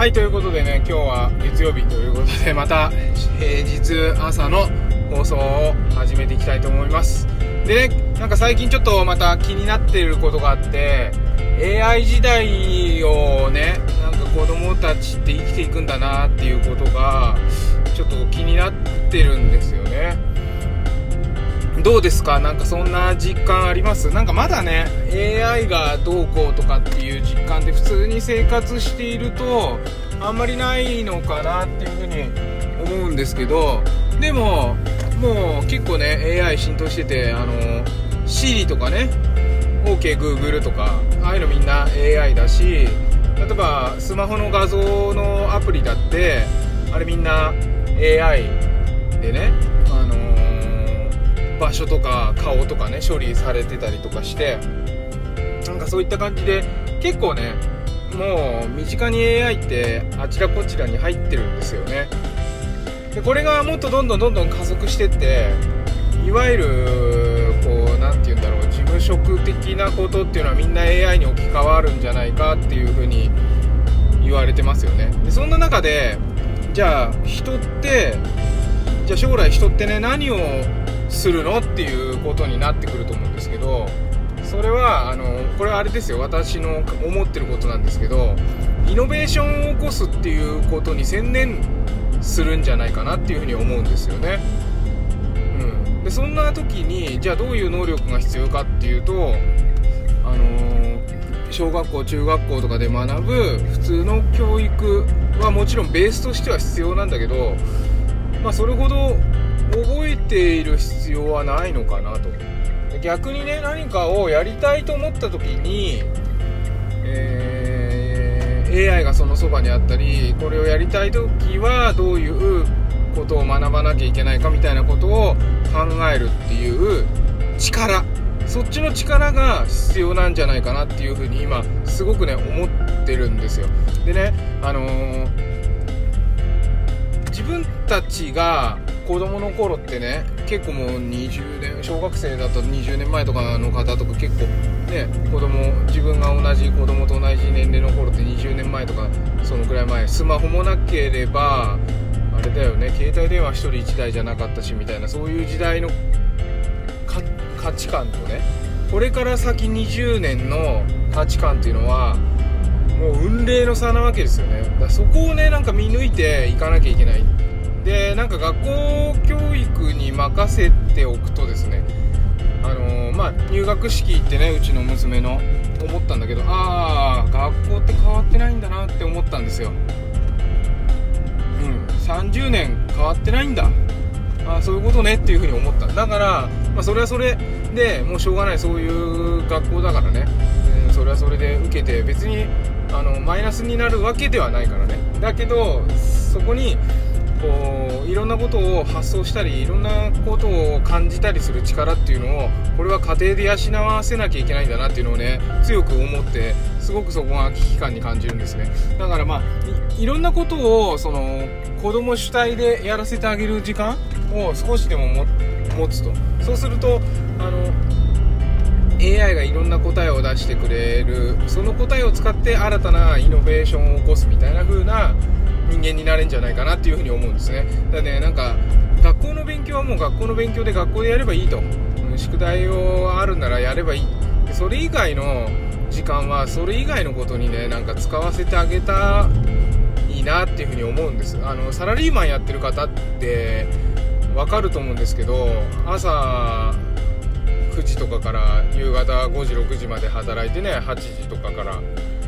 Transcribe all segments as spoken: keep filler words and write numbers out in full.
はい、ということでね、今日は月曜日ということで、また平日朝の放送を始めていきたいと思います。でね、なんか最近ちょっとまた気になっていることがあって、 エーアイ 時代をね、なんか子供たちって生きていくんだなっていうことがちょっと気になってるんですよね。どうですか？なんかそんな実感あります？なんかまだね エーアイ がどうこうとかっていう実感って普通に生活しているとあんまりないのかなっていうふうに思うんですけど、でももう結構ね エーアイ 浸透してて、あの Siri とかね OK Google とかああいうのみんな エーアイ だし、例えばスマホの画像のアプリだってあれみんな エーアイ でね、あの場所とか顔とかね処理されてたりとかして、なんかそういった感じで結構ねもう身近に エーアイ ってあちらこちらに入ってるんですよね。でこれがもっとどんどんどんどん加速してって、いわゆるこうなんていうんだろう、事務職的なことっていうのはみんな エーアイ に置き換わるんじゃないかっていうふうに言われてますよね。でそんな中でじゃあ人ってじゃあ将来人ってね何をするのっていうことになってくると思うんですけど、それはあのこれはあれですよ、私の思ってることなんですけど、イノベーションを起こすっていうことに専念するんじゃないかなっていうふうに思うんですよね。うん、でそんな時にじゃあどういう能力が必要かっていうと、あの小学校中学校とかで学ぶ普通の教育はもちろんベースとしては必要なんだけど、まあそれほど覚えている必要はないのかなと。逆にね何かをやりたいと思った時に、えー、エーアイ がそのそばにあったり、これをやりたい時はどういうことを学ばなきゃいけないかみたいなことを考えるっていう力、そっちの力が必要なんじゃないかなっていうふうに今すごくね思ってるんですよ。でね、あのー、自分たちが子供の頃ってね、結構もうにじゅうねん、小学生だとにじゅうねんまえとかの方とか結構ね、子供自分が同じ子供と同じ年齢の頃ってにじゅうねんまえとかそのくらい前、スマホもなければあれだよね、携帯電話ひとりいちだいじゃなかったしみたいな、そういう時代の価値観とね、これから先にじゅうねんの価値観っていうのはもう雲泥の差なわけですよね。だからそこをねなんか見抜いていかなきゃいけない。でなんか学校教育に任せておくとですね、あのー、まあ入学式ってね、うちの娘の思ったんだけど、ああ学校って変わってないんだなって思ったんですよ。うん、さんじゅうねん変わってないんだ、ああそういうことねっていうふうに思った。だから、まあ、それはそれでもうしょうがない、そういう学校だからね、うん、それはそれで受けて別にあのマイナスになるわけではないからね。だけどそこにこういろんなことを発想したり、いろんなことを感じたりする力っていうのを、これは家庭で養わせなきゃいけないんだなっていうのをね強く思って、すごくそこが危機感に感じるんですね。だからまあ い, いろんなことをその子供主体でやらせてあげる時間を少しでもも持つと、そうするとあのエーアイ がいろんな答えを出してくれる、その答えを使って新たなイノベーションを起こすみたいな風な人間になれるんじゃないかなっていう風に思うんですね。だからね、なんか学校の勉強はもう学校の勉強で学校でやればいいと、宿題をあるならやればいい、それ以外の時間はそれ以外のことにねなんか使わせてあげたらいいなっていう風に思うんです。あのサラリーマンやってる方ってわかると思うんですけど、朝くじとかから夕方ごじろくじまで働いてね、はちじとかからあの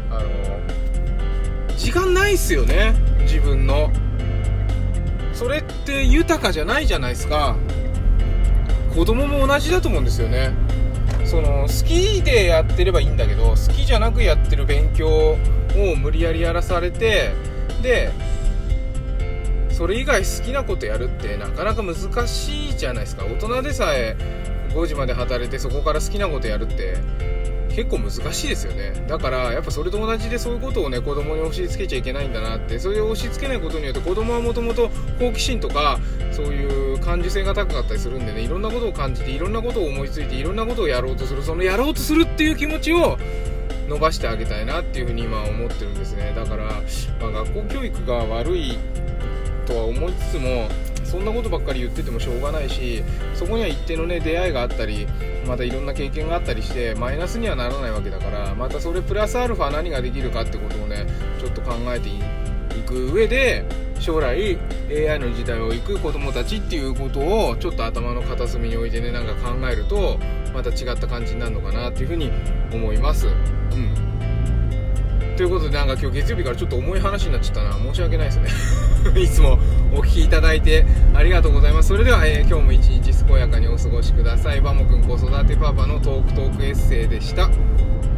時間ないっすよね、自分の。それって豊かじゃないじゃないですか。子供も同じだと思うんですよね。その好きでやってればいいんだけど、好きじゃなくやってる勉強を無理やりやらされて、でそれ以外好きなことやるってなかなか難しいじゃないですか。大人でさえごじまで働いてそこから好きなことやるって結構難しいですよね。だからやっぱそれと同じで、そういうことをね子供に押し付けちゃいけないんだなって。それを押し付けないことによって、子供はもともと好奇心とかそういう感受性が高かったりするんでね、いろんなことを感じて、いろんなことを思いついて、いろんなことをやろうとする、そのやろうとするっていう気持ちを伸ばしてあげたいなっていうふうに今思ってるんですね。だから、まあ、学校教育が悪いとは思いつつもそんなことばっかり言っててもしょうがないし、そこには一定のね出会いがあったり、またいろんな経験があったりしてマイナスにはならないわけだから、またそれプラスアルファ何ができるかってことをねちょっと考えていく上で、将来 エーアイ の時代を行く子供たちっていうことをちょっと頭の片隅に置いてね、なんか考えるとまた違った感じになるのかなっていうふうに思います。うんということで、なんか今日月曜日からちょっと重い話になっちゃったな。申し訳ないですねいつもお聞きいただいてありがとうございます。それでは、えー、今日も一日健やかにお過ごしください。バモくん子育てパパのトークトークエッセイでした。